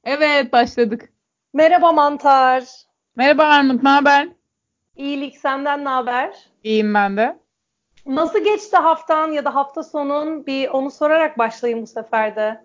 Evet, başladık. Merhaba Mantar. Merhaba Armut, ne haber? İyilik senden ne haber? İyiyim ben de. Nasıl geçti haftan ya da hafta sonun? Bir onu sorarak başlayayım bu sefer de.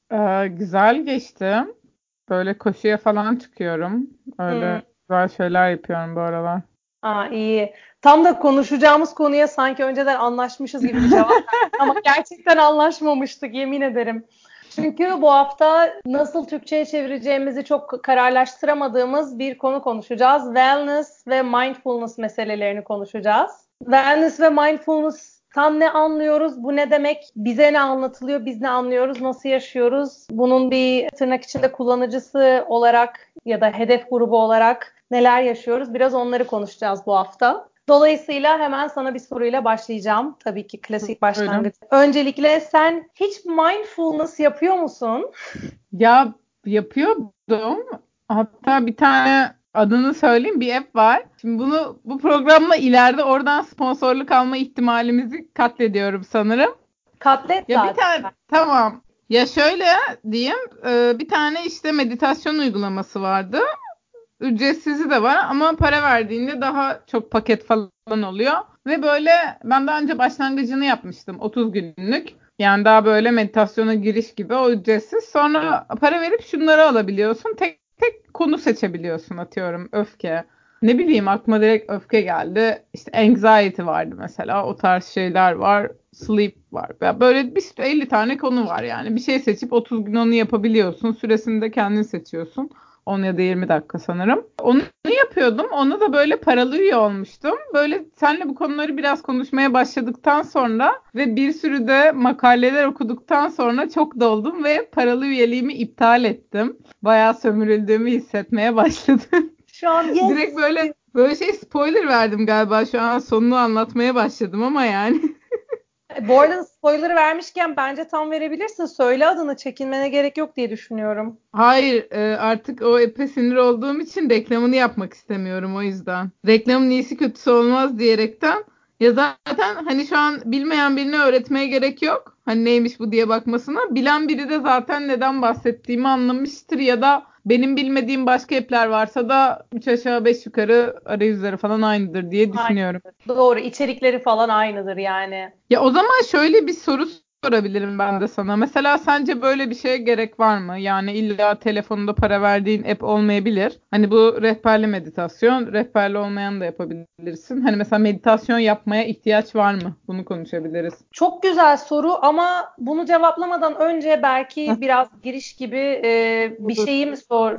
Güzel geçti. Böyle koşuya falan çıkıyorum. Hmm. Öyle güzel şeyler yapıyorum bu aralar. İyi. Tam da konuşacağımız konuya sanki önceden anlaşmışız gibi bir cevap verdin. Ama gerçekten anlaşmamıştık yemin ederim. Çünkü bu hafta nasıl Türkçe'ye çevireceğimizi çok kararlaştıramadığımız bir konu konuşacağız. Wellness ve mindfulness meselelerini konuşacağız. Wellness ve mindfulness tam ne anlıyoruz? Bu ne demek? Bize ne anlatılıyor? Biz ne anlıyoruz? Nasıl yaşıyoruz? Bunun bir tırnak içinde kullanıcısı olarak ya da hedef grubu olarak neler yaşıyoruz? Biraz onları konuşacağız bu hafta. Dolayısıyla hemen sana bir soruyla başlayacağım. Tabii ki klasik Buyurun. başlangıç. Öncelikle sen hiç mindfulness yapıyor musun? Ya yapıyordum. Hatta bir tane adını söyleyeyim bir app var. Şimdi bu programla ileride oradan sponsorluk alma ihtimalimizi katlediyorum sanırım. Katlet Ya bir zaten. tane tamam. Ya şöyle diyeyim, bir tane işte meditasyon uygulaması vardı. Ücretsizi de var ama para verdiğinde daha çok paket falan oluyor. Ve böyle ben daha önce başlangıcını yapmıştım 30 günlük. Yani daha böyle meditasyona giriş gibi o ücretsiz. Sonra para verip şunları alabiliyorsun. Tek tek konu seçebiliyorsun atıyorum öfke. Ne bileyim aklıma direkt öfke geldi. İşte anxiety vardı mesela. O tarz şeyler var. Sleep var. Ya böyle bir sürü 50 tane konu var yani. Bir şey seçip 30 gün onu yapabiliyorsun. Süresini de kendin seçiyorsun. 10 ya da 20 dakika sanırım. Onu yapıyordum. Onu da böyle paralı üye olmuştum. Böyle senle bu konuları biraz konuşmaya başladıktan sonra ve bir sürü de makaleler okuduktan sonra çok doldum ve paralı üyeliğimi iptal ettim. Bayağı sömürüldüğümü hissetmeye başladım. Şu an Direkt yes. böyle şey spoiler verdim galiba. Şu an sonunu anlatmaya başladım ama yani. Bu arada spoiler vermişken bence tam verebilirsin. Söyle adını, çekinmene gerek yok diye düşünüyorum. Hayır, artık o app'e sinir olduğum için reklamını yapmak istemiyorum o yüzden. Reklamın iyisi kötüsü olmaz diyerekten. Ya zaten hani şu an bilmeyen birine öğretmeye gerek yok. Hani neymiş bu diye bakmasına. Bilen biri de zaten neden bahsettiğimi anlamıştır ya da benim bilmediğim başka app'ler varsa da 3 aşağı 5 yukarı arayüzleri falan aynıdır diye düşünüyorum. Aynıdır. Doğru. İçerikleri falan aynıdır yani. Ya o zaman şöyle bir soru sorabilirim ben de sana. Mesela sence böyle bir şeye gerek var mı? Yani illa telefonunda para verdiğin app olmayabilir. Hani bu rehberli meditasyon, rehberli olmayan da yapabilirsin. Hani mesela meditasyon yapmaya ihtiyaç var mı? Bunu konuşabiliriz. Çok güzel soru ama bunu cevaplamadan önce Heh, belki biraz giriş gibi bir olur. şeyi mi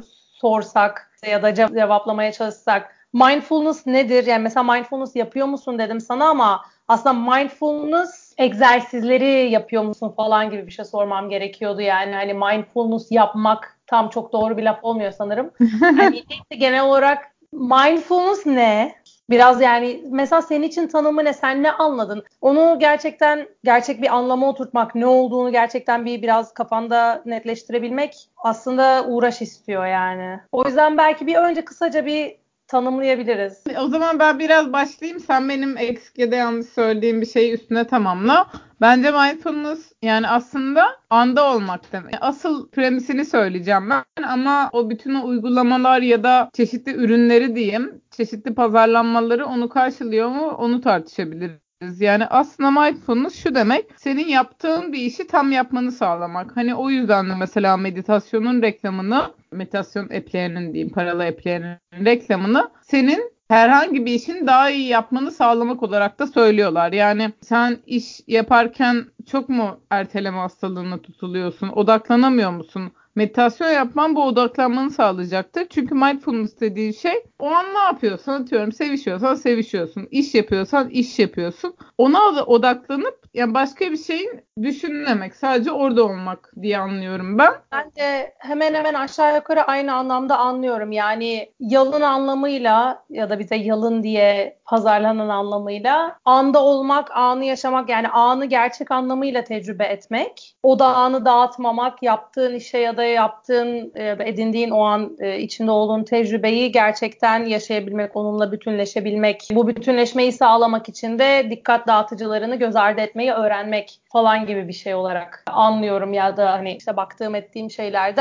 sorsak ya da cevaplamaya çalışsak. Mindfulness nedir? Yani mesela mindfulness yapıyor musun dedim sana ama aslında mindfulness egzersizleri yapıyor musun falan gibi bir şey sormam gerekiyordu. Yani hani mindfulness yapmak tam çok doğru bir laf olmuyor sanırım. Hani genel olarak mindfulness ne? Biraz yani mesela senin için tanımı ne? Sen ne anladın? Onu gerçekten gerçek bir anlama oturtmak, ne olduğunu gerçekten biraz kafanda netleştirebilmek aslında uğraş istiyor yani. O yüzden belki bir önce kısaca bir tanımlayabiliriz. O zaman ben biraz başlayayım. Sen benim eksik ya da yanlış söylediğim bir şeyi üstüne tamamla. Bence mindfulness yani aslında anda olmak demek. Asıl premisini söyleyeceğim ben ama o bütün o uygulamalar ya da çeşitli ürünleri diyeyim, çeşitli pazarlanmaları onu karşılıyor mu onu tartışabiliriz. Yani aslında mindfulness şu demek, senin yaptığın bir işi tam yapmanı sağlamak. Hani o yüzden de mesela meditasyonun reklamını, meditasyon app'lerinin diyeyim, paralı app'lerinin reklamını senin herhangi bir işin daha iyi yapmanı sağlamak olarak da söylüyorlar. Yani sen iş yaparken çok mu erteleme hastalığına tutuluyorsun? Odaklanamıyor musun? Meditasyon yapman bu odaklanmanı sağlayacaktır. Çünkü mindfulness dediğin şey o an ne yapıyorsan atıyorum sevişiyorsan sevişiyorsun. İş yapıyorsan iş yapıyorsun. Ona da odaklanıp yani başka bir şeyin düşünmemek. Sadece orada olmak diye anlıyorum ben. Ben de hemen hemen aşağı yukarı aynı anlamda anlıyorum. Yani yalın anlamıyla ya da bize yalın diye pazarlanan anlamıyla anda olmak, anı yaşamak yani anı gerçek anlamıyla tecrübe etmek. Odağını dağıtmamak, yaptığın işe ya da ya da edindiğin o an içinde olduğun tecrübeyi gerçekten yaşayabilmek, onunla bütünleşebilmek. Bu bütünleşmeyi sağlamak için de dikkat dağıtıcılarını göz ardı etmeyi öğrenmek falan gibi bir şey olarak anlıyorum ya da hani işte baktığım ettiğim şeylerden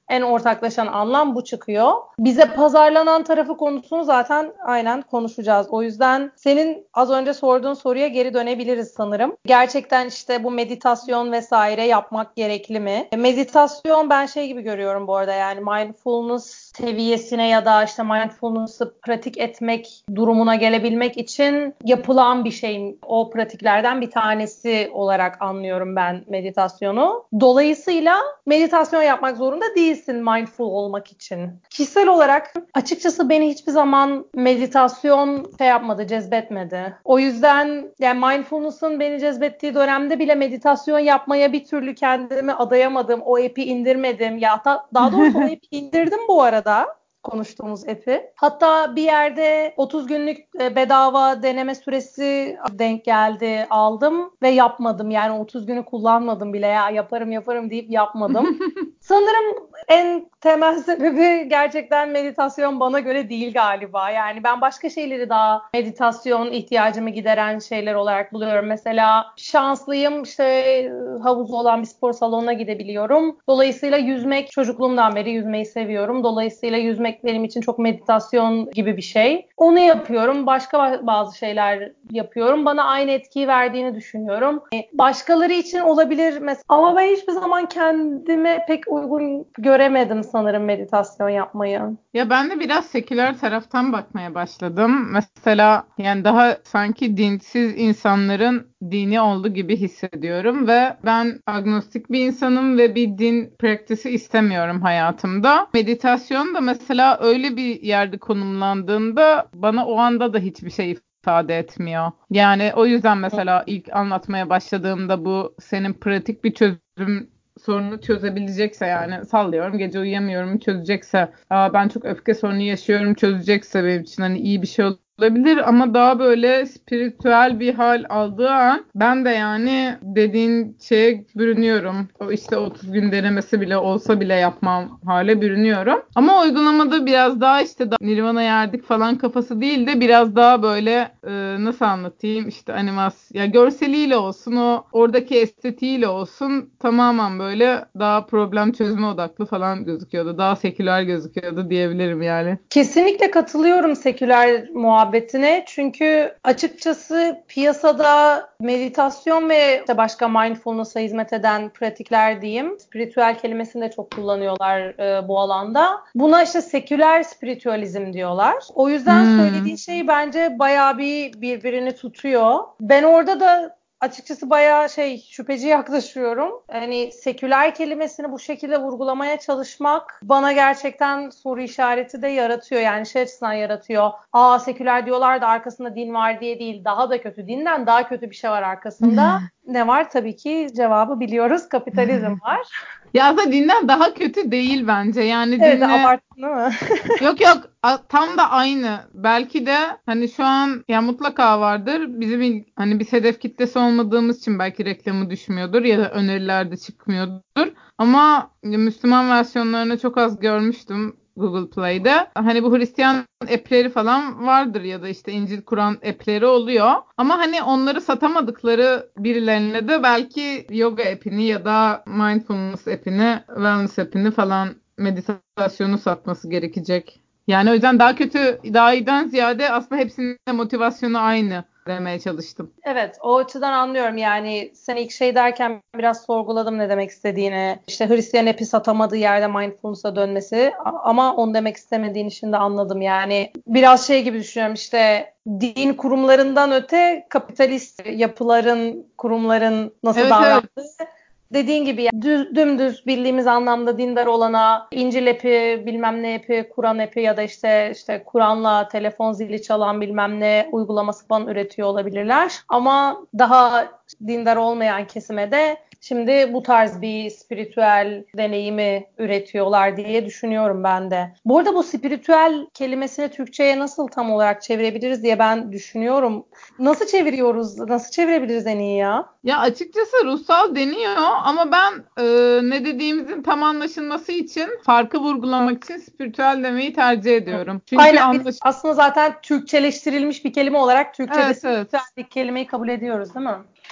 en ortaklaşan anlam bu çıkıyor. Bize pazarlanan tarafı konusunu zaten aynen konuşacağız. O yüzden senin az önce sorduğun soruya geri dönebiliriz sanırım. Gerçekten işte bu meditasyon vesaire yapmak gerekli mi? Meditasyon ben şey gibi görüyorum bu arada, yani mindfulness seviyesine ya da işte mindfulness'ı pratik etmek durumuna gelebilmek için yapılan bir şeyin o pratiklerden bir tanesi olarak anlıyorum ben meditasyonu. Dolayısıyla meditasyon yapmak zorunda değilsin mindful olmak için. Kişisel olarak açıkçası beni hiçbir zaman meditasyon yapmadı, cezbetmedi. O yüzden yani mindfulness'ın beni cezbettiği dönemde bile meditasyon yapmaya bir türlü kendimi adayamadım. O app'i indirmedim. Ya daha doğrusu o app'i indirdim bu arada. Konuştuğumuz app'i. Hatta bir yerde 30 günlük bedava deneme süresi denk geldi, aldım ve yapmadım. Yani 30 günü kullanmadım bile, ya yaparım deyip yapmadım. Sanırım en temel sebebi gerçekten meditasyon bana göre değil galiba. Yani ben başka şeyleri daha meditasyon ihtiyacımı gideren şeyler olarak buluyorum. Mesela şanslıyım, işte havuzu olan bir spor salonuna gidebiliyorum. Dolayısıyla yüzmek, çocukluğumdan beri yüzmeyi seviyorum. Dolayısıyla yüzmek benim için çok meditasyon gibi bir şey. Onu yapıyorum. Başka bazı şeyler yapıyorum. Bana aynı etkiyi verdiğini düşünüyorum. Başkaları için olabilir mesela. Ama ben hiçbir zaman kendime pek uygun göremedim sanırım meditasyon yapmayı. Ya ben de biraz seküler taraftan bakmaya başladım. Mesela yani daha sanki dinsiz insanların dini olduğu gibi hissediyorum ve ben agnostik bir insanım ve bir din praktisi istemiyorum hayatımda. Meditasyon da mesela öyle bir yerde konumlandığında bana o anda da hiçbir şey ifade etmiyor. Yani o yüzden mesela ilk anlatmaya başladığımda bu senin pratik bir çözüm sorunu çözebilecekse, yani sallıyorum gece uyuyamıyorum çözecekse, ben çok öfke sorunu yaşıyorum çözecekse benim için hani iyi bir şey olabilir, ama daha böyle spiritüel bir hal aldığı an ben de yani dediğin şeye bürünüyorum. O işte 30 gün denemesi bile olsa bile yapmam hale bürünüyorum. Ama uygulamada biraz daha işte Nirvana'ya erdik falan kafası değil de biraz daha böyle nasıl anlatayım, işte ya görseliyle olsun, o oradaki estetiğiyle olsun, tamamen böyle daha problem çözme odaklı falan gözüküyordu. Daha seküler gözüküyordu diyebilirim yani. Kesinlikle katılıyorum seküler muhabbetine. Çünkü açıkçası piyasada meditasyon ve işte başka mindfulness'a hizmet eden pratikler diyeyim, spiritüel kelimesini de çok kullanıyorlar bu alanda. Buna işte seküler spiritüalizm diyorlar. O yüzden söylediğin şey bence bayağı birbirini tutuyor. Ben orada da açıkçası bayağı şüpheci yaklaşıyorum. Hani seküler kelimesini bu şekilde vurgulamaya çalışmak bana gerçekten soru işareti de yaratıyor. Yani şey açısından yaratıyor. Seküler diyorlar da arkasında din var diye değil. Daha da kötü. Dinden daha kötü bir şey var arkasında. Ne var? Tabii ki cevabı biliyoruz. Kapitalizm var. Ya aslında dinden daha kötü değil bence. Yani Evet, dinle abarttın değil mi? yok, tam da aynı. Belki de hani şu an ya mutlaka vardır. Bizim hani bir hedef kitlesi olmadığımız için belki reklamı düşmüyordur ya da önerilerde çıkmıyordur. Ama Müslüman versiyonlarını çok az görmüştüm Google Play'de. Hani bu Hristiyan app'leri falan vardır ya da işte İncil Kur'an app'leri oluyor. Ama hani onları satamadıkları birilerine de belki yoga app'ini ya da mindfulness app'ini, wellness app'ini falan, meditasyonu satması gerekecek. Yani o yüzden daha kötü, daha iyiden ziyade aslında hepsinin de motivasyonu aynı demeye çalıştım. Evet, o açıdan anlıyorum. Yani sen ilk derken biraz sorguladım ne demek istediğini. İşte Hristiyan app'i satamadığı yerde mindfulness'a dönmesi, ama onu demek istemediğini şimdi anladım. Yani biraz gibi düşünüyorum, işte din kurumlarından öte kapitalist yapıların, kurumların nasıl Evet, evet. davrandığı. Dediğin gibi dümdüz bildiğimiz anlamda dindar olana İncil epi, bilmem ne epi, Kur'an epi ya da işte Kur'an'la telefon zili çalan bilmem ne uygulaması falan üretiyor olabilirler. Ama daha dindar olmayan kesime de şimdi bu tarz bir spiritüel deneyimi üretiyorlar diye düşünüyorum ben de. Bu arada bu spiritüel kelimesini Türkçe'ye nasıl tam olarak çevirebiliriz diye ben düşünüyorum. Nasıl çeviriyoruz? Nasıl çevirebiliriz en iyi ya? Ya açıkçası ruhsal deniyor ama ben ne dediğimizin tam anlaşılması için, farkı vurgulamak için spiritüel demeyi tercih ediyorum. Çünkü Aynen, biz aslında zaten Türkçeleştirilmiş bir kelime olarak Türkçe'de Evet, spiritüel evet. bir kelimeyi kabul ediyoruz değil mi?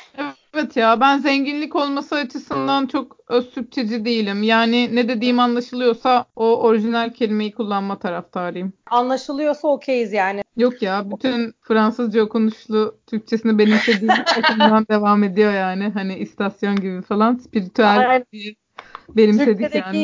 Evet ya, ben zenginlik olması açısından çok öz Türkçeci değilim. Yani ne dediğim anlaşılıyorsa o orijinal kelimeyi kullanma taraftarıyım. Anlaşılıyorsa okeyiz yani. Yok ya, bütün Fransızca okunuşlu Türkçesini benimsediğim okuldan devam ediyor yani. Hani istasyon gibi falan, spiritüel Aynen. diye benimsedik Türkçedeki yani.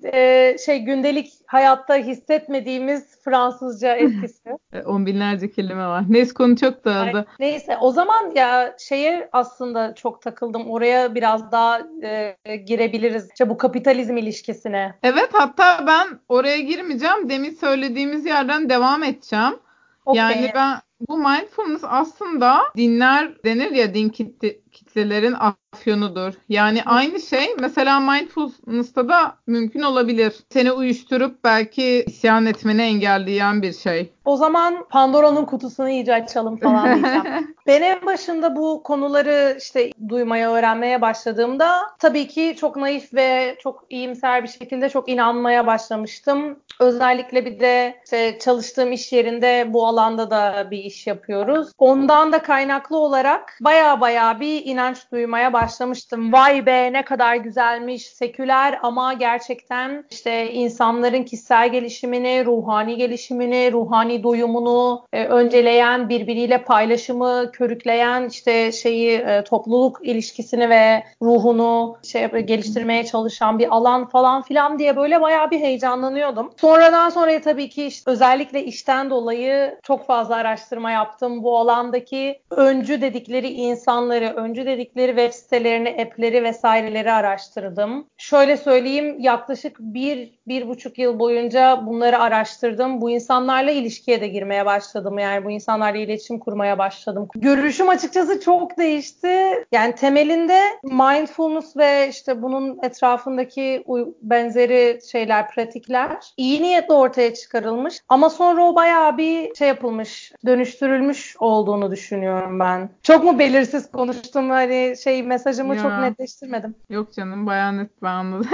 gündelik hayatta hissetmediğimiz Fransızca etkisi. On binlerce kelime var. Neyse, konu çok Ay, dağıldı. neyse o zaman ya şeye aslında çok takıldım. Oraya biraz daha girebiliriz. İşte bu kapitalizm ilişkisine. Evet, hatta ben oraya girmeyeceğim. Demin söylediğimiz yerden devam edeceğim. Yani Okey. ben bu mindfulness aslında dinler denir ya, din kitlelerin afyonudur. Yani Hı. aynı şey mesela mindfulness'ta da mümkün olabilir. Seni uyuşturup belki isyan etmeni engelleyen bir şey. O zaman Pandora'nın kutusunu iyice açalım falan diyeceğim. Ben en başında bu konuları işte duymaya, öğrenmeye başladığımda tabii ki çok naif ve çok iyimser bir şekilde çok inanmaya başlamıştım. Özellikle bir de işte çalıştığım iş yerinde bu alanda da bir iş yapıyoruz. Ondan da kaynaklı olarak baya bir inanç duymaya başlamıştım. Vay be, ne kadar güzelmiş, seküler ama gerçekten işte insanların kişisel gelişimini, ruhani gelişimini, ruhani doyumunu önceleyen, birbiriyle paylaşımı körükleyen işte topluluk ilişkisini ve ruhunu geliştirmeye çalışan bir alan falan filan diye böyle bayağı bir heyecanlanıyordum. Sonradan sonraya tabii ki işte, özellikle işten dolayı çok fazla araştırma yaptım. Bu alandaki öncü dedikleri insanları, öncü dedikleri web sitelerini, app'leri vesaireleri araştırdım. Şöyle söyleyeyim, yaklaşık 1,5 yıl boyunca bunları araştırdım. Bu insanlarla ilişkiye de girmeye başladım. Yani bu insanlarla iletişim kurmaya başladım. Görüşüm açıkçası çok değişti. Yani temelinde mindfulness ve işte bunun etrafındaki benzeri şeyler, pratikler iyi niyetle ortaya çıkarılmış. Ama sonra o bayağı bir yapılmış, dönüştürülmüş olduğunu düşünüyorum ben. Çok mu belirsiz konuştum? Hani mesajımı çok Ya netleştirmedim. yok canım, bayağı net, ben anladım.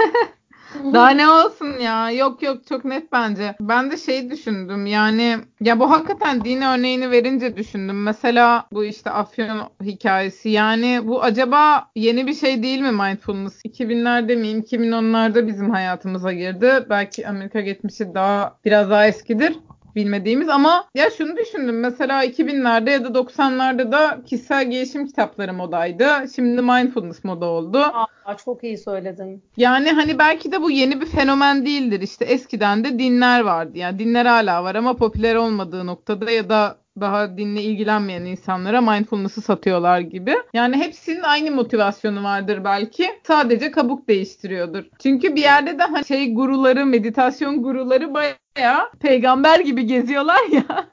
Daha ne olsun ya? Yok yok, çok net bence. Ben de şey düşündüm yani, ya bu hakikaten din örneğini verince düşündüm. Mesela bu işte Afyon hikayesi, yani bu acaba yeni bir şey değil mi mindfulness? 2000'lerde mi 2010'larda bizim hayatımıza girdi. Belki Amerika geçmişi biraz daha eskidir bilmediğimiz, ama ya şunu düşündüm, mesela 2000'lerde ya da 90'larda da kişisel gelişim kitapları modaydı. Şimdi mindfulness moda oldu. Aa, çok iyi söyledin. Yani hani belki de bu yeni bir fenomen değildir. İşte eskiden de dinler vardı. Yani dinler hala var ama popüler olmadığı noktada ya da daha dinle ilgilenmeyen insanlara mindfulness'ı satıyorlar gibi. Yani hepsinin aynı motivasyonu vardır belki. Sadece kabuk değiştiriyordur. Çünkü bir yerde de hani guruları, meditasyon guruları bayağı peygamber gibi geziyorlar ya.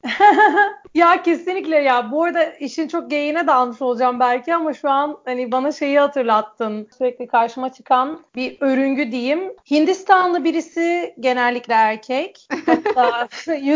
Ya kesinlikle ya. Bu arada işin çok geyiğine dalmış olacağım belki ama şu an hani bana şeyi hatırlattın. Sürekli karşıma çıkan bir örüngü diyeyim. Hindistanlı birisi, genellikle erkek. Hatta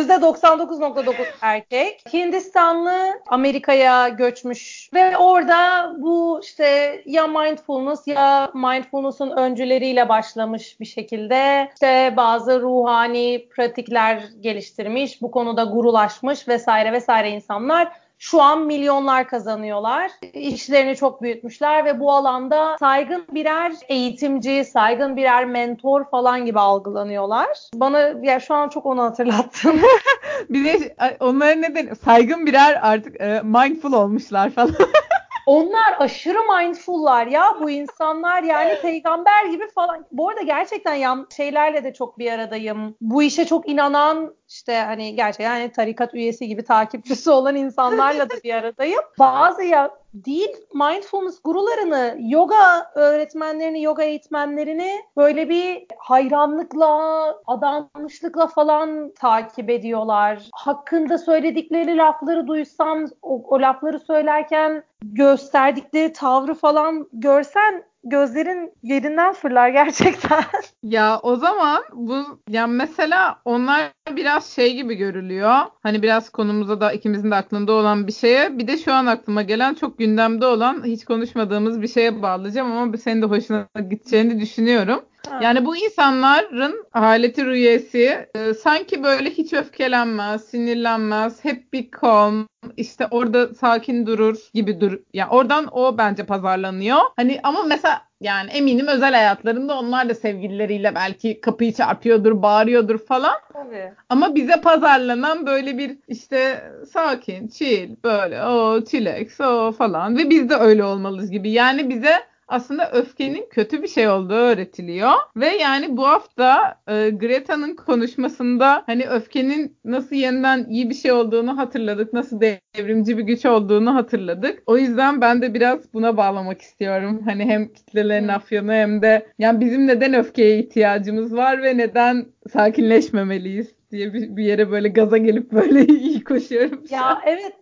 %99,9 erkek. Hindistanlı Amerika'ya göçmüş ve orada bu işte ya mindfulness ya mindfulness'ın öncüleriyle başlamış bir şekilde işte bazı ruhani pratikler geliştirmiş. Bu konuda gurulaşmış vesaire vesaire insanlar şu an milyonlar kazanıyorlar. İşlerini çok büyütmüşler ve bu alanda saygın birer eğitimci, saygın birer mentor falan gibi algılanıyorlar. Bana ya şu an çok onu hatırlattın. Bir de onların nedeni saygın birer artık mindful olmuşlar falan. Onlar aşırı mindfullar ya, bu insanlar yani peygamber gibi falan. Bu arada gerçekten şeylerle de çok bir aradayım. Bu işe çok inanan işte hani gerçekten yani tarikat üyesi gibi takipçisi olan insanlarla da bir aradayım. Bazı ya değil mindfulness gurularını, yoga öğretmenlerini, yoga eğitmenlerini böyle bir hayranlıkla, adanmışlıkla falan takip ediyorlar. Hakkında söyledikleri lafları duysam, o lafları söylerken gösterdikleri tavrı falan görsen gözlerin yerinden fırlar gerçekten. Ya o zaman ya mesela onlar biraz gibi görülüyor. Hani biraz konumuza da ikimizin de aklında olan bir şeye. Bir de şu an aklıma gelen çok gündemde olan hiç konuşmadığımız bir şeye bağlayacağım ama senin de hoşuna gideceğini düşünüyorum. Yani bu insanların haleti rüyesi sanki böyle hiç öfkelenmez, sinirlenmez, hep bir calm, işte orada sakin durur gibi dur. Yani oradan o bence pazarlanıyor. Hani ama mesela yani eminim özel hayatlarında onlar da sevgilileriyle belki kapıyı çarpıyordur, bağırıyordur falan. Tabii. Ama bize pazarlanan böyle bir işte sakin, chill, böyle o chillax, o falan ve biz de öyle olmalıyız gibi. Yani bize aslında öfkenin kötü bir şey olduğu öğretiliyor ve yani bu hafta Greta'nın konuşmasında hani öfkenin nasıl yeniden iyi bir şey olduğunu hatırladık, nasıl devrimci bir güç olduğunu hatırladık. O yüzden ben de biraz buna bağlamak istiyorum. Hani hem kitlelerin afyonu hem de yani bizim neden öfkeye ihtiyacımız var ve neden sakinleşmemeliyiz diye bir yere böyle gaza gelip böyle iyi koşuyorum şu Ya an. evet,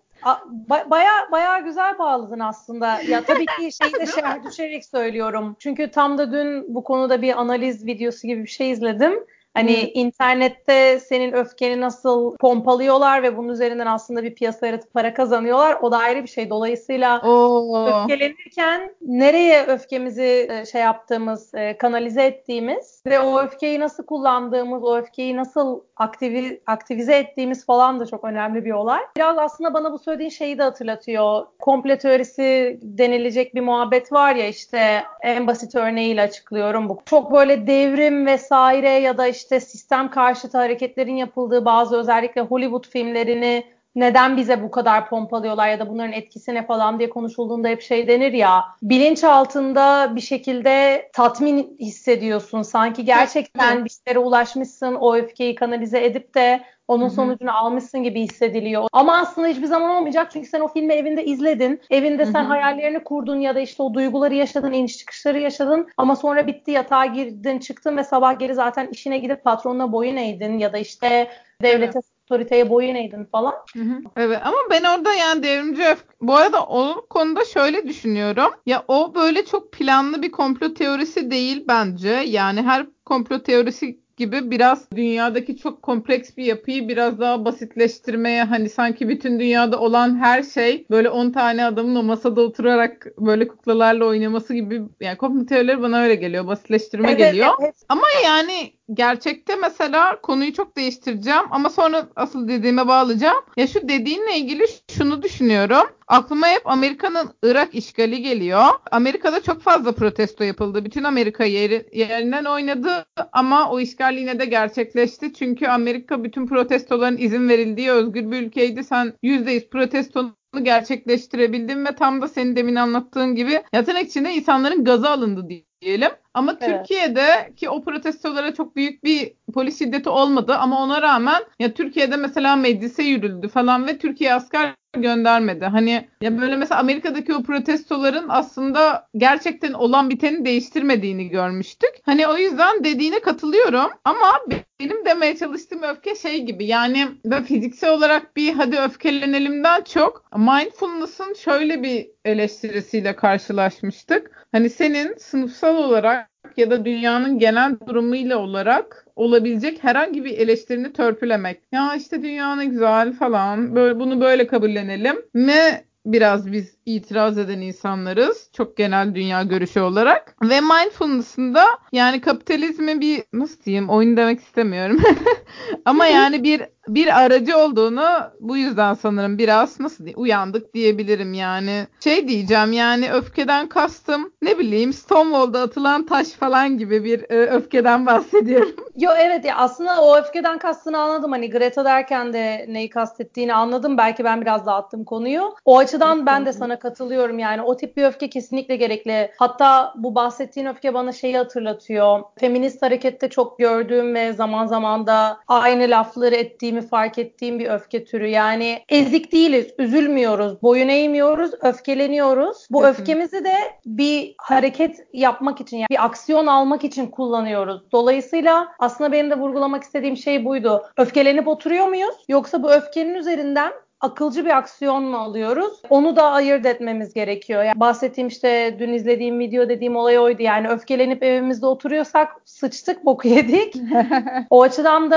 baya güzel bağladın aslında. Ya tabii ki şeyi de Değil şerh mi? düşerek söylüyorum. Çünkü tam da dün bu konuda bir analiz videosu gibi bir şey izledim. Hani Hmm. internette senin öfkeni nasıl pompalıyorlar ve bunun üzerinden aslında bir piyasa yaratıp para kazanıyorlar. O da ayrı bir şey. Dolayısıyla Oo. öfkelenirken nereye öfkemizi şey yaptığımız, kanalize ettiğimiz ve o öfkeyi nasıl kullandığımız, o öfkeyi nasıl aktivize ettiğimiz falan da çok önemli bir olay. Biraz aslında bana bu söylediğin şeyi de hatırlatıyor. Komple teorisi denilecek bir muhabbet var ya, işte en basit örneğiyle açıklıyorum bu. Çok böyle devrim vesaire ya da işte sistem karşıtı hareketlerin yapıldığı bazı özellikle Hollywood filmlerini neden bize bu kadar pompalıyorlar ya da bunların etkisi ne falan diye konuşulduğunda hep şey denir ya, bilinç altında bir şekilde tatmin hissediyorsun. Sanki Tabii. gerçekten bir şeylere ulaşmışsın, o öfkeyi kanalize edip de Hı onun hı. sonucunu almışsın gibi hissediliyor. Ama aslında hiçbir zaman olmayacak çünkü sen o filmi evinde izledin. Evinde Hı sen hı. hayallerini kurdun ya da işte o duyguları yaşadın, iniş çıkışları yaşadın. Ama sonra bitti, yatağa girdin, çıktın ve sabah geri zaten işine gidip patronuna boyun eğdin ya da işte Evet. devlete, otoriteye boyun eğdin falan. Hı hı. Evet ama ben orada yani devrimci bu arada o konuda şöyle düşünüyorum. Ya o böyle çok planlı bir komplo teorisi değil bence. Yani her komplo teorisi gibi biraz dünyadaki çok kompleks bir yapıyı biraz daha basitleştirmeye, hani sanki bütün dünyada olan her şey böyle 10 tane adamın o masada oturarak böyle kuklalarla oynaması gibi, yani komplo teorileri bana öyle geliyor, basitleştirme Evet, geliyor. evet. Ama yani gerçekte mesela konuyu çok değiştireceğim ama sonra asıl dediğime bağlayacağım. Ya şu dediğinle ilgili şunu düşünüyorum. Aklıma hep Amerika'nın Irak işgali geliyor. Amerika'da çok fazla protesto yapıldı. Bütün Amerika yerinden oynadı ama o işgal yine de gerçekleşti. Çünkü Amerika bütün protestoların izin verildiği özgür bir ülkeydi. Sen %100 protestonu gerçekleştirebildin ve tam da senin demin anlattığın gibi ya tırnak içinde insanların gazı alındı diyelim. Ama Evet. Türkiye'de ki o protestolara çok büyük bir polis şiddeti olmadı ama ona rağmen ya Türkiye'de mesela meclise yürüldü falan ve Türkiye asker göndermedi. Hani ya böyle mesela Amerika'daki o protestoların aslında gerçekten olan biteni değiştirmediğini görmüştük. Hani o yüzden dediğine katılıyorum ama benim demeye çalıştığım öfke şey gibi, yani ben fiziksel olarak bir hadi öfkelenelimden çok mindfulness'ın şöyle bir eleştirisiyle karşılaşmıştık. Hani senin sınıfsal olarak ya da dünyanın genel durumuyla olarak olabilecek herhangi bir eleştirini törpülemek. Ya işte dünya ne güzel falan, böyle bunu böyle kabullenelim mi? Biraz biz itiraz eden insanlarız. Çok genel dünya görüşü olarak. Ve mindfulness'ın da yani kapitalizmi bir nasıl diyeyim, oyun demek istemiyorum. Ama yani bir aracı olduğunu bu yüzden sanırım biraz nasıl diyeyim, uyandık diyebilirim yani. Şey diyeceğim, yani öfkeden kastım ne bileyim Stonewall'da atılan taş falan gibi bir öfkeden bahsediyorum. Yo evet, ya aslında o öfkeden kastını anladım. Hani Greta derken de neyi kastettiğini anladım. Belki ben biraz dağıttım konuyu. O açıdan ben de sana katılıyorum. Yani o tip bir öfke kesinlikle gerekli. Hatta bu bahsettiğin öfke bana şeyi hatırlatıyor. Feminist harekette çok gördüğüm ve zaman zaman da aynı lafları ettiğimi fark ettiğim bir öfke türü. Yani ezik değiliz, üzülmüyoruz, boyun eğmiyoruz, öfkeleniyoruz. Bu Kesinlikle. öfkemizi de bir hareket yapmak için, yani bir aksiyon almak için kullanıyoruz. Dolayısıyla aslında benim de vurgulamak istediğim şey buydu. Öfkelenip oturuyor muyuz? Yoksa bu öfkenin üzerinden akılcı bir aksiyon mu alıyoruz? Onu da ayırt etmemiz gerekiyor. Yani bahsettiğim işte dün izlediğim video dediğim olay oydu. Yani öfkelenip evimizde oturuyorsak sıçtık, boku yedik. O açıdan da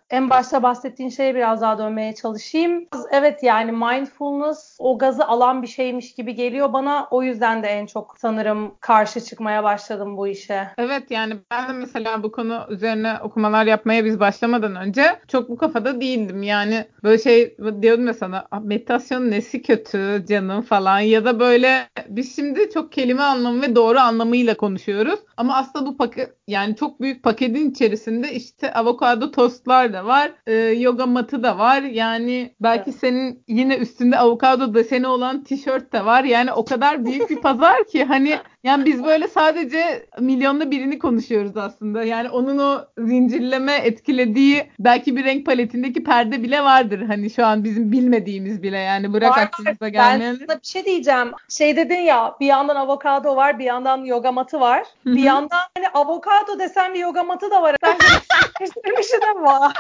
en başta bahsettiğin şeye biraz daha dönmeye çalışayım. Evet, yani mindfulness o gazı alan bir şeymiş gibi geliyor bana. O yüzden de en çok sanırım karşı çıkmaya başladım bu işe. Evet, yani ben de mesela bu konu üzerine okumalar yapmaya biz başlamadan önce çok bu kafada değildim. Yani böyle şey diyordum ya sana, meditasyonun nesi kötü canım falan, ya da böyle biz şimdi çok kelime anlamı ve doğru anlamıyla konuşuyoruz. Ama aslında bu paket, yani çok büyük paketin içerisinde işte avokado tostlar da var, yoga matı da var. Yani belki senin yine üstünde avokado deseni olan tişört de var. Yani o kadar büyük bir pazar ki hani, yani biz böyle sadece milyonda birini konuşuyoruz aslında. Yani onun o zincirleme etkilediği belki bir renk paletindeki perde bile vardır. Hani şu an bizim bilmediğimiz bile, yani bırak Var. aklımıza Ben gelmeyenleri. sana bir şey diyeceğim. Şey dedin ya, bir yandan avokado var, bir yandan yoga matı var. Hı Bir hı. yandan hani avokado desenli yoga matı da var. Bence ikisi de var.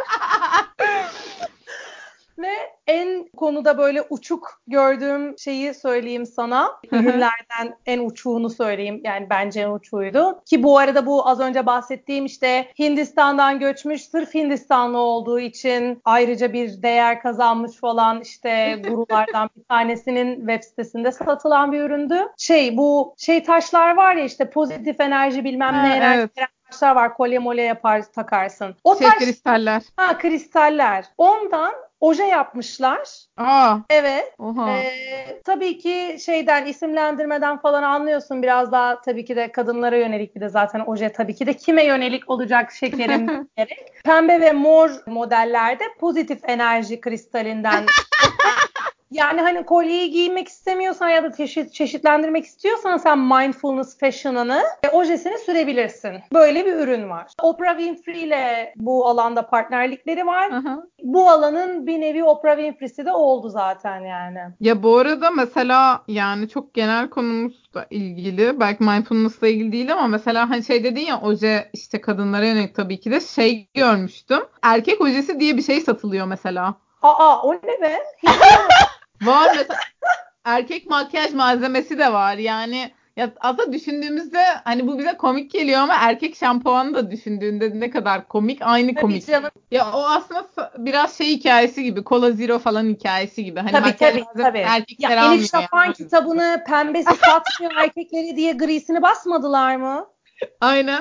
Ve en konuda böyle uçuk gördüğüm şeyi söyleyeyim sana. Ürünlerden en uçuğunu söyleyeyim. Yani bence en uçuğuydu. Ki bu arada bu az önce bahsettiğim işte Hindistan'dan göçmüş, sırf Hindistanlı olduğu için ayrıca bir değer kazanmış falan işte gurulardan bir tanesinin web sitesinde satılan bir üründü. Bu taşlar var ya, işte pozitif enerji bilmem ne Ha, enerji evet. veren taşlar var. Kolye molye yapar takarsın. O taş, Kristaller. kristaller. Ondan oje yapmışlar. Aa, Evet. oha. Tabii ki şeyden, isimlendirmeden falan anlıyorsun, biraz daha tabii ki de kadınlara yönelik, bir de zaten oje tabii ki de kime yönelik olacak şekerim gerek. Pembe ve mor modellerde pozitif enerji kristalinden. Yani hani kolyeyi giymek istemiyorsan ya da çeşitlendirmek istiyorsan sen mindfulness fashion'ını ojesini sürebilirsin. Böyle bir ürün var. Oprah Winfrey ile bu alanda partnerlikleri var. Aha. Bu alanın bir nevi Oprah Winfrey'si de oldu zaten yani. Ya bu arada mesela, yani çok genel konumuzla ilgili, belki mindfulness'la ilgili değil ama mesela hani şey dedin ya, oje işte kadınlara yönelik, tabii ki de şey görmüştüm. Erkek ojesi diye bir şey satılıyor mesela. Aa, o ne be? Hiç duymadım. Var mesela, erkek makyaj malzemesi de var. Yani ya aslında düşündüğümüzde hani bu bize komik geliyor ama erkek şampuanı da düşündüğünde ne kadar komik, aynı Tabii komik. canım. Ya o aslında biraz şey hikayesi gibi, Cola Zero falan hikayesi gibi. Hani Tabii makyaj tabii malzemesi tabii. Ya erkekler Elif almıyor Şafak'ın yani. kitabını pembesi satmıyor erkekleri diye grisini basmadılar mı? Aynen.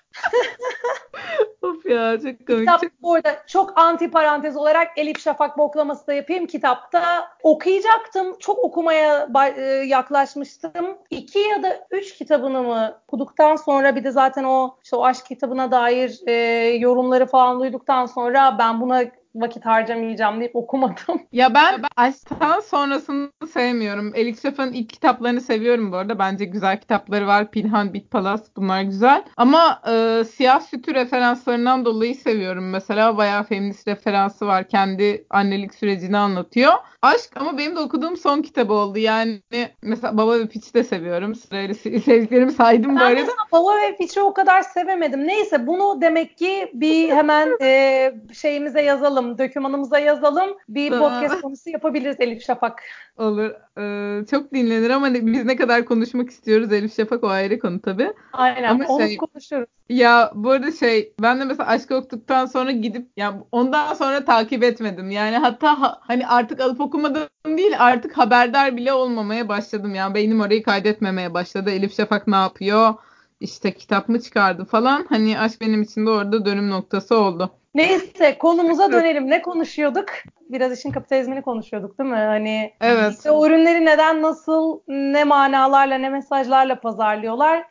Of ya, çok komik. Kitap bu arada, çok anti parantez olarak Elif Şafak boklaması da yapayım. Kitapta okuyacaktım. Çok okumaya yaklaşmıştım. 2 ya da 3 kitabını mı okuduktan sonra, bir de zaten o işte o aşk kitabına dair yorumları falan duyduktan sonra ben buna vakit harcamayacağım deyip okumadım. Ya ben Aşktan sonrasını sevmiyorum. Elif Şafak'ın ilk kitaplarını seviyorum bu arada. Bence güzel kitapları var. Pilhan, Bit Palas, bunlar güzel. Ama Siyah Sütü referanslarından dolayı seviyorum. Mesela bayağı feminist referansı var. Kendi annelik sürecini anlatıyor. Aşk ama benim de okuduğum son kitabı oldu. Yani mesela Baba ve Piç'i de seviyorum. Sırayla sevdiklerimi saydım bu Ben arada. mesela Baba ve Piç'i o kadar sevemedim. Neyse, bunu demek ki bir hemen şeyimize yazalım, dokümanımıza yazalım. Bir podcast Tamam. konusu yapabiliriz Elif Şafak. Olur. Çok dinlenir ama biz ne kadar konuşmak istiyoruz Elif Şafak, o ayrı konu tabii. Aynen, Ama onu şey, konuşuruz. ya bu arada şey, ben de mesela Aşk okuduktan sonra gidip, ya ondan sonra takip etmedim. Yani hatta hani artık alıp okumadım değil, artık haberdar bile olmamaya başladım. Yani beynim orayı kaydetmemeye başladı. Elif Şafak ne yapıyor? İşte kitap mı çıkardı falan. Hani aşk benim için de orada dönüm noktası oldu. Neyse, konumuza dönelim. Ne konuşuyorduk? Biraz işin kapitalizmini konuşuyorduk değil mi? Hani Evet. işte o ürünleri neden, nasıl, ne manalarla, ne mesajlarla pazarlıyorlar?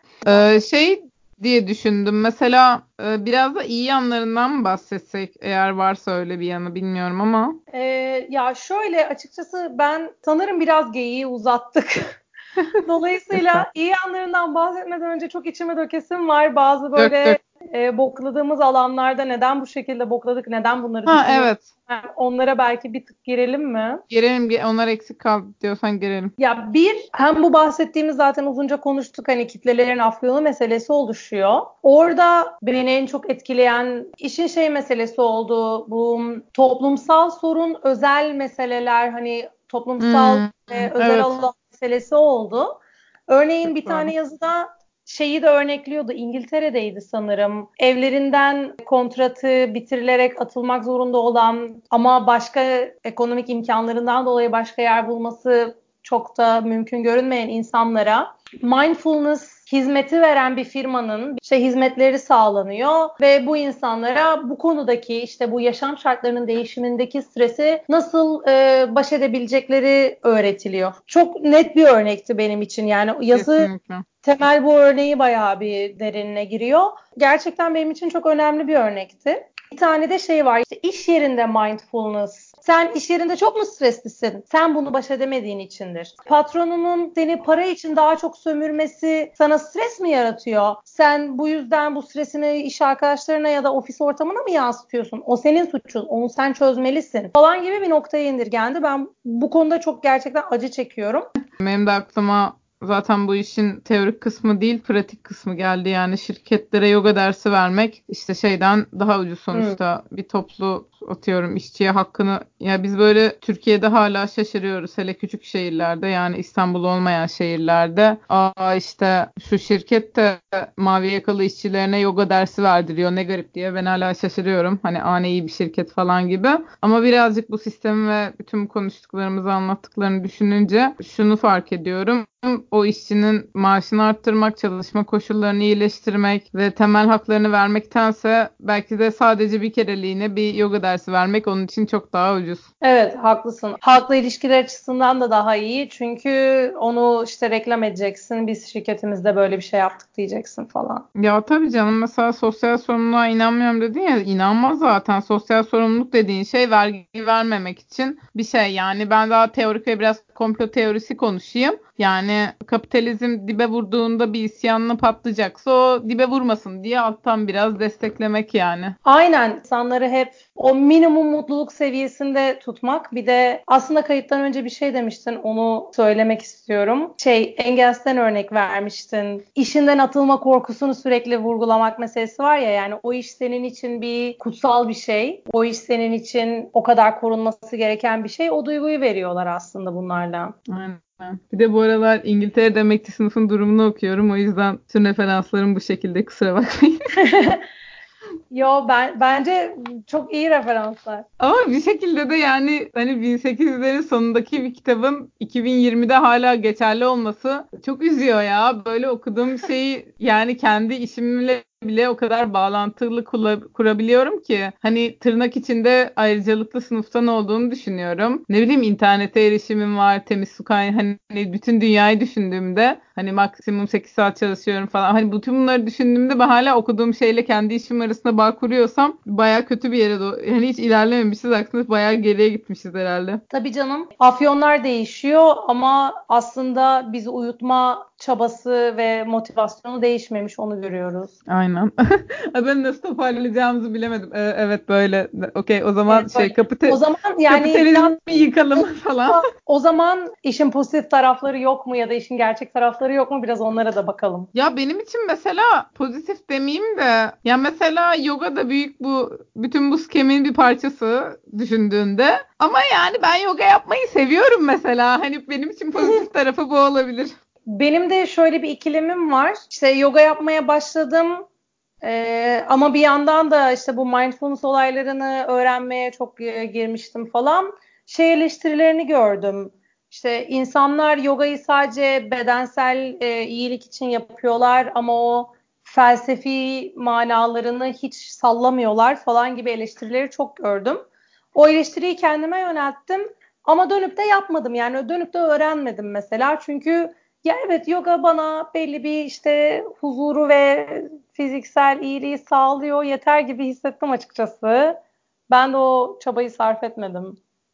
Şey diye düşündüm. Mesela biraz da iyi yanlarından mı bahsetsek, eğer varsa öyle bir yanı, bilmiyorum ama. Ya şöyle, açıkçası ben sanırım biraz geyiği uzattık. Estağfurullah. Dolayısıyla iyi yanlarından bahsetmeden önce çok içime dökesim var. Bazı Dök böyle dök. bokladığımız alanlarda neden bu şekilde bokladık, neden bunları Ha, düşünüyoruz? evet. Yani onlara belki bir tık girelim mi? Girelim, onlar eksik kaldı diyorsan girelim. Ya hem bu bahsettiğimiz zaten uzunca konuştuk, hani kitlelerin afyonu meselesi oluşuyor. Orada beni en çok etkileyen işin meselesi oldu. Bu toplumsal sorun, özel meseleler, hani toplumsal Hmm, özel evet. alan meselesi oldu. Örneğin bir Çok doğru. tane yazıda şeyi de örnekliyordu. İngiltere'deydi sanırım. Evlerinden kontratı bitirilerek atılmak zorunda olan ama başka ekonomik imkanlarından dolayı başka yer bulması çok da mümkün görünmeyen insanlara mindfulness hizmeti veren bir firmanın hizmetleri sağlanıyor ve bu insanlara bu konudaki bu yaşam şartlarının değişimindeki stresi nasıl baş edebilecekleri öğretiliyor. Çok net bir örnekti benim için. Yani yazı Kesinlikle. Temel bu örneği bayağı bir derinine giriyor. Gerçekten benim için çok önemli bir örnekti. Bir tane de var, iş yerinde mindfulness. Sen iş yerinde çok mu streslisin? Sen bunu baş edemediğin içindir. Patronunun seni para için daha çok sömürmesi sana stres mi yaratıyor? Sen bu yüzden bu stresini iş arkadaşlarına ya da ofis ortamına mı yansıtıyorsun? O senin suçun. Onu sen çözmelisin. Falan gibi bir noktaya indirgendi. Ben bu konuda çok gerçekten acı çekiyorum. Benim de aklıma zaten bu işin teorik kısmı değil, pratik kısmı geldi. Yani şirketlere yoga dersi vermek şeyden daha ucuz sonuçta. Bir toplu atıyorum işçiye hakkını, ya biz böyle Türkiye'de hala şaşırıyoruz, hele küçük şehirlerde, yani İstanbul olmayan şehirlerde. Şu şirket de mavi yakalı işçilerine yoga dersi verdiriyor, ne garip diye ben hala şaşırıyorum. Hani ne iyi bir şirket falan gibi. Ama birazcık bu sistemi ve bütün konuştuklarımızı, anlattıklarını düşününce şunu fark ediyorum. O işçinin maaşını arttırmak, çalışma koşullarını iyileştirmek ve temel haklarını vermektense belki de sadece bir kereliğine bir yoga dersi vermek onun için çok daha ucuz. Evet, haklısın. Halkla ilişkiler açısından da daha iyi. Çünkü onu reklam edeceksin. Biz şirketimizde böyle bir şey yaptık diyeceksin falan. Ya tabii canım, mesela sosyal sorumluluğa inanmıyorum dedin ya, inanmaz zaten. Sosyal sorumluluk dediğin şey vergi vermemek için bir şey. Yani ben daha teorik ve biraz komplo teorisi konuşayım. Yani kapitalizm dibe vurduğunda bir isyanla patlayacaksa o dibe vurmasın diye alttan biraz desteklemek yani. Aynen. İnsanları hep o minimum mutluluk seviyesinde tutmak. Bir de aslında kayıttan önce bir şey demiştin. Onu söylemek istiyorum. Engels'ten örnek vermiştin. İşinden atılma korkusunu sürekli vurgulamak meselesi var ya, yani o iş senin için bir kutsal bir şey. O iş senin için o kadar korunması gereken bir şey. O duyguyu veriyorlar aslında bunlarla. Aynen. Bir de bu aralar İngiltere'de emekli sınıfın durumunu okuyorum. O yüzden tüm referanslarım bu şekilde, kusura bakmayın. Yo, bence çok iyi referanslar. Ama bir şekilde de yani hani 1800'lerin sonundaki bir kitabın 2020'de hala geçerli olması çok üzüyor ya. Böyle okuduğum şeyi yani kendi işimle bile o kadar bağlantılı kurabiliyorum ki. Hani tırnak içinde ayrıcalıklı sınıftan olduğunu düşünüyorum. Ne bileyim, internete erişimim var, temiz su kaynağı, hani bütün dünyayı düşündüğümde, hani maksimum 8 saat çalışıyorum falan. Hani bütün bunları düşündüğümde ben hala okuduğum şeyle kendi işim arasında bağ kuruyorsam baya kötü bir yere doğru. Yani hiç ilerlememişiz, aslında baya geriye gitmişiz herhalde. Tabii canım. Afyonlar değişiyor ama aslında bizi uyutma çabası ve motivasyonu değişmemiş, onu görüyoruz. Aynen. Ben nasıl toparlayacağımızı bilemedim. Evet böyle. Okey, o zaman Evet, böyle. O zaman yani biraz kapitalizmi yıkalım falan. o zaman işin pozitif tarafları yok mu ya da işin gerçek tarafları yok mu, biraz onlara da bakalım. Ya benim için mesela pozitif demeyeyim de, ya mesela yoga da bütün bu skemin bir parçası düşündüğünde, ama yani ben yoga yapmayı seviyorum mesela. Hani benim için pozitif tarafı bu olabilir. Benim de şöyle bir ikilemim var. Yoga yapmaya başladım. Ama bir yandan da bu mindfulness olaylarını öğrenmeye çok girmiştim falan. Eleştirilerini gördüm. İnsanlar yogayı sadece bedensel iyilik için yapıyorlar ama o felsefi manalarını hiç sallamıyorlar falan gibi eleştirileri çok gördüm. O eleştiriyi kendime yönelttim ama dönüp de yapmadım. Yani dönüp de öğrenmedim mesela. Çünkü ya evet, yoga bana belli bir huzuru ve fiziksel iyiliği sağlıyor yeter gibi hissettim açıkçası. Ben de o çabayı sarf etmedim.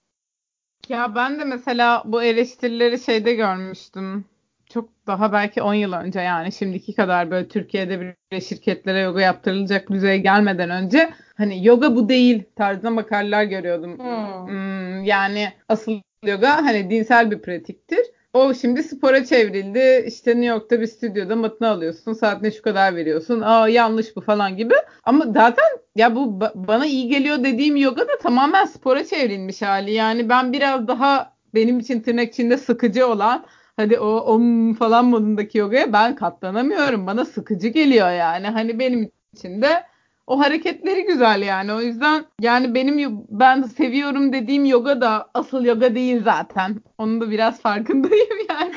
Ya ben de mesela bu eleştirileri şeyde görmüştüm. Çok daha belki 10 yıl önce, yani şimdiki kadar böyle Türkiye'de bile şirketlere yoga yaptırılacak düzeye gelmeden önce, hani yoga bu değil tarzında makaleler görüyordum. Hmm. Yani asıl yoga hani dinsel bir pratiktir. O şimdi spora çevrildi. İşte New York'ta bir stüdyoda matını alıyorsun. Saatine şu kadar veriyorsun. Yanlış bu falan gibi. Ama zaten ya bu bana iyi geliyor dediğim yoga da tamamen spora çevrilmiş hali. Yani ben biraz daha, benim için tırnak içinde sıkıcı olan, hadi o falan modundaki yogaya ben katlanamıyorum. Bana sıkıcı geliyor yani. Hani benim için de o hareketleri güzel yani. O yüzden yani ben seviyorum dediğim yoga da asıl yoga değil zaten. Onun da biraz farkındayım yani.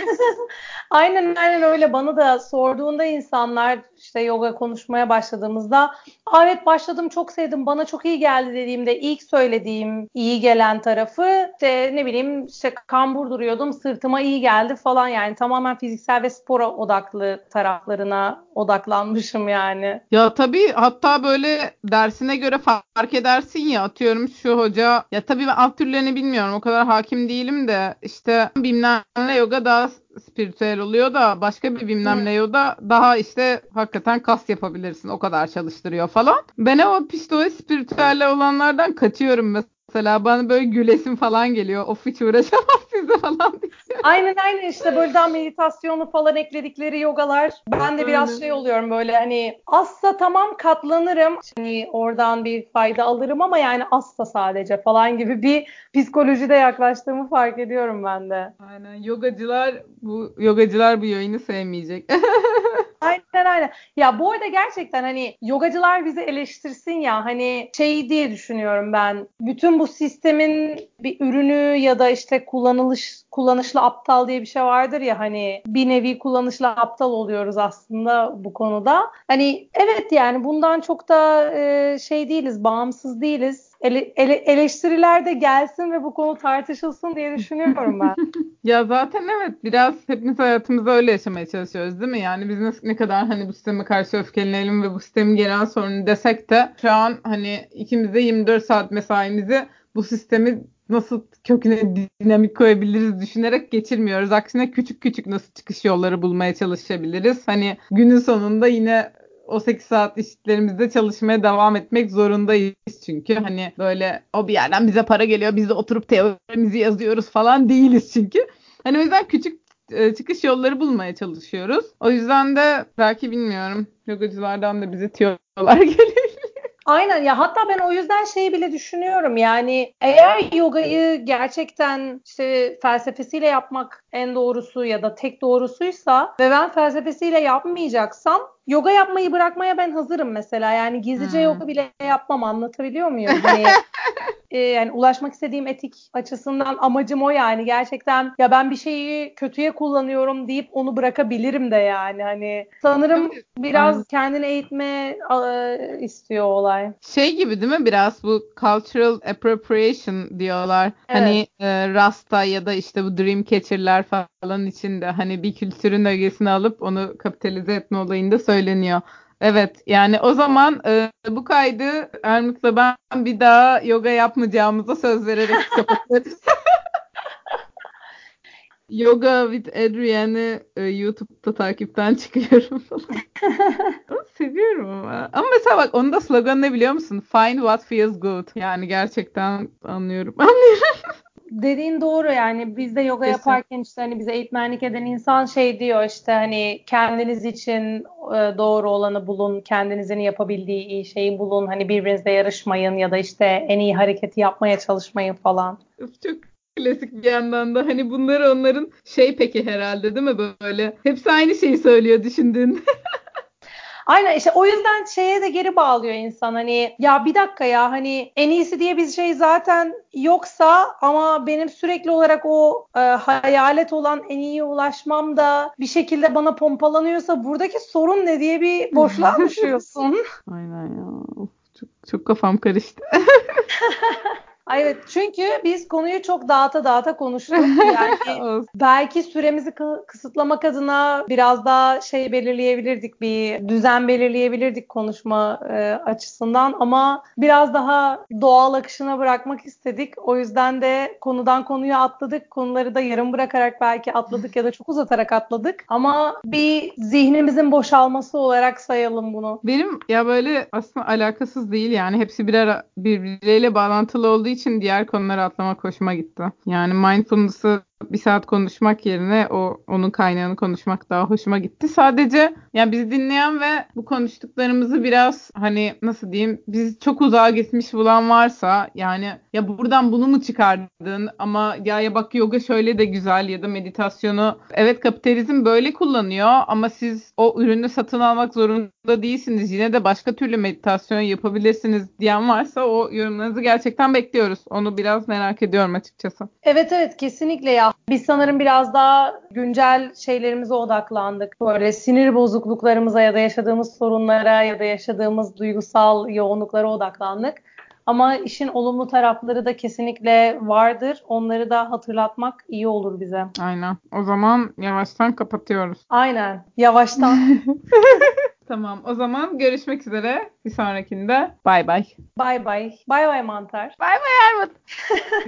Aynen öyle. Bana da sorduğunda insanlar işte yoga konuşmaya başladığımızda evet başladım, çok sevdim, bana çok iyi geldi dediğimde ilk söylediğim iyi gelen tarafı işte ne bileyim işte kambur duruyordum, sırtıma iyi geldi falan, yani tamamen fiziksel ve spora odaklı taraflarına odaklanmışım yani. Ya tabii, hatta böyle dersine göre fark edersin ya, atıyorum şu hoca, ya tabii ben alt türlerini bilmiyorum, o kadar hakim değilim de işte bilmem ne yoga daha spiritüel oluyor da başka bir bilmem ne yoga daha işte hakikaten kas yapabilirsin, o kadar çalıştırıyor falan. Ben o işte o spiritüelle olanlardan kaçıyorum mesela, bana böyle gülesim falan geliyor, of hiç uğraşamam size falan diye. Aynen işte böyle daha meditasyonu falan ekledikleri yogalar. Ben de biraz Aynen. şey oluyorum böyle, hani asla tamam katlanırım. Hani oradan bir fayda alırım ama yani asla sadece falan gibi bir psikolojide yaklaştığımı fark ediyorum ben de. Aynen, yogacılar bu yayını sevmeyecek. Aynen. Ya bu arada gerçekten hani yogacılar bizi eleştirsin ya, hani şey diye düşünüyorum ben. Bütün bu sistemin bir ürünü ya da işte kullanışlı aptal diye bir şey vardır ya, hani bir nevi kullanışlı aptal oluyoruz aslında bu konuda. Hani evet, yani bundan çok da şey değiliz, bağımsız değiliz. Eleştiriler de gelsin ve bu konu tartışılsın diye düşünüyorum ben. Ya zaten evet, biraz hepimiz hayatımızda öyle yaşamaya çalışıyoruz değil mi? Yani biz ne kadar hani bu sisteme karşı öfkelenelim ve bu sistemin genel sorunu desek de şu an hani ikimiz de 24 saat mesaimizi bu sistemi nasıl köküne dinamik koyabiliriz düşünerek geçirmiyoruz. Aksine küçük küçük nasıl çıkış yolları bulmaya çalışabiliriz. Hani günün sonunda yine o 8 saat işlerimizde çalışmaya devam etmek zorundayız çünkü. Hani böyle o bir yerden bize para geliyor, biz de oturup teorimizi yazıyoruz falan değiliz çünkü. Hani o yüzden küçük çıkış yolları bulmaya çalışıyoruz. O yüzden de belki bilmiyorum, yogacılardan da bize tüyolar geliyor. Aynen ya, hatta ben o yüzden şeyi bile düşünüyorum, yani eğer yogayı gerçekten işte felsefesiyle yapmak en doğrusu ya da tek doğrusuysa ve ben felsefesiyle yapmayacaksam yoga yapmayı bırakmaya ben hazırım mesela, yani gizlice Hmm. yoga bile yapmam, anlatabiliyor muyum? Hani yani ulaşmak istediğim etik açısından amacım o, yani gerçekten ya ben bir şeyi kötüye kullanıyorum deyip onu bırakabilirim de, yani hani sanırım Evet. biraz kendini eğitme istiyor olay. Şey gibi değil mi, biraz bu cultural appropriation diyorlar. Evet. Hani Rasta ya da işte bu Dreamcatcher'ler falan için de hani bir kültürün ögesini alıp onu kapitalize etme olayında söyleniyor. Evet yani o zaman bu kaydı Ermut'la ben bir daha yoga yapmayacağımıza söz vererek kapatırız. Yoga with Adrienne'i YouTube'da takipten çıkıyorum falan. Seviyorum ama. Ama mesela bak, onun da sloganı ne biliyor musun? Find what feels good. Yani gerçekten anlıyorum. Anlıyorum. Dediğin doğru, yani biz de yoga Kesin. yaparken işte hani bize eğitmenlik eden insan şey diyor, işte hani kendiniz için doğru olanı bulun, kendinizin yapabildiği iyi şeyi bulun, hani birbirinizle yarışmayın ya da işte en iyi hareketi yapmaya çalışmayın falan. Çok klasik bir yandan da. Hani bunları onların şey peki herhalde değil mi böyle? Hepsi aynı şeyi söylüyor düşündüğünde. Aynen işte, o yüzden şeye de geri bağlıyor insan, hani ya bir dakika ya, hani en iyisi diye bir şey zaten yoksa ama benim sürekli olarak o hayalet olan en iyiye ulaşmam da bir şekilde bana pompalanıyorsa buradaki sorun ne diye bir boşluğa düşüyorsun. Aynen ya. Of, çok kafam karıştı. Ay evet, çünkü biz konuyu çok dağıta konuştuk. Yani Olsun. belki süremizi kısıtlamak adına biraz daha şey belirleyebilirdik, bir düzen belirleyebilirdik konuşma açısından, ama biraz daha doğal akışına bırakmak istedik. O yüzden de konudan konuya atladık. Konuları da yarım bırakarak belki atladık ya da çok uzatarak atladık. Ama bir zihnimizin boşalması olarak sayalım bunu. Benim ya böyle aslında alakasız değil yani, hepsi birbirleriyle bağlantılı olduğu için diğer konuları atlamak hoşuma gitti. Yani mindfulness'ı bir saat konuşmak yerine onun kaynağını konuşmak daha hoşuma gitti. Sadece yani bizi dinleyen ve bu konuştuklarımızı biraz hani nasıl diyeyim, biz çok uzağa gitmiş bulan varsa, yani ya buradan bunu mu çıkardın ama ya bak yoga şöyle de güzel ya da meditasyonu evet kapitalizm böyle kullanıyor ama siz o ürünü satın almak zorunda değilsiniz. Yine de başka türlü meditasyon yapabilirsiniz diyen varsa o yorumlarınızı gerçekten bekliyoruz. Onu biraz merak ediyorum açıkçası. Evet evet, kesinlikle ya. Biz sanırım biraz daha güncel şeylerimize odaklandık. Böyle sinir bozukluklarımıza ya da yaşadığımız sorunlara ya da yaşadığımız duygusal yoğunluklara odaklandık. Ama işin olumlu tarafları da kesinlikle vardır. Onları da hatırlatmak iyi olur bize. Aynen. O zaman yavaştan kapatıyoruz. Aynen. Yavaştan. Tamam. O zaman görüşmek üzere. Bir sonrakinde. Bay bay. Bay bay. Bay bay mantar. Bay bay Armut.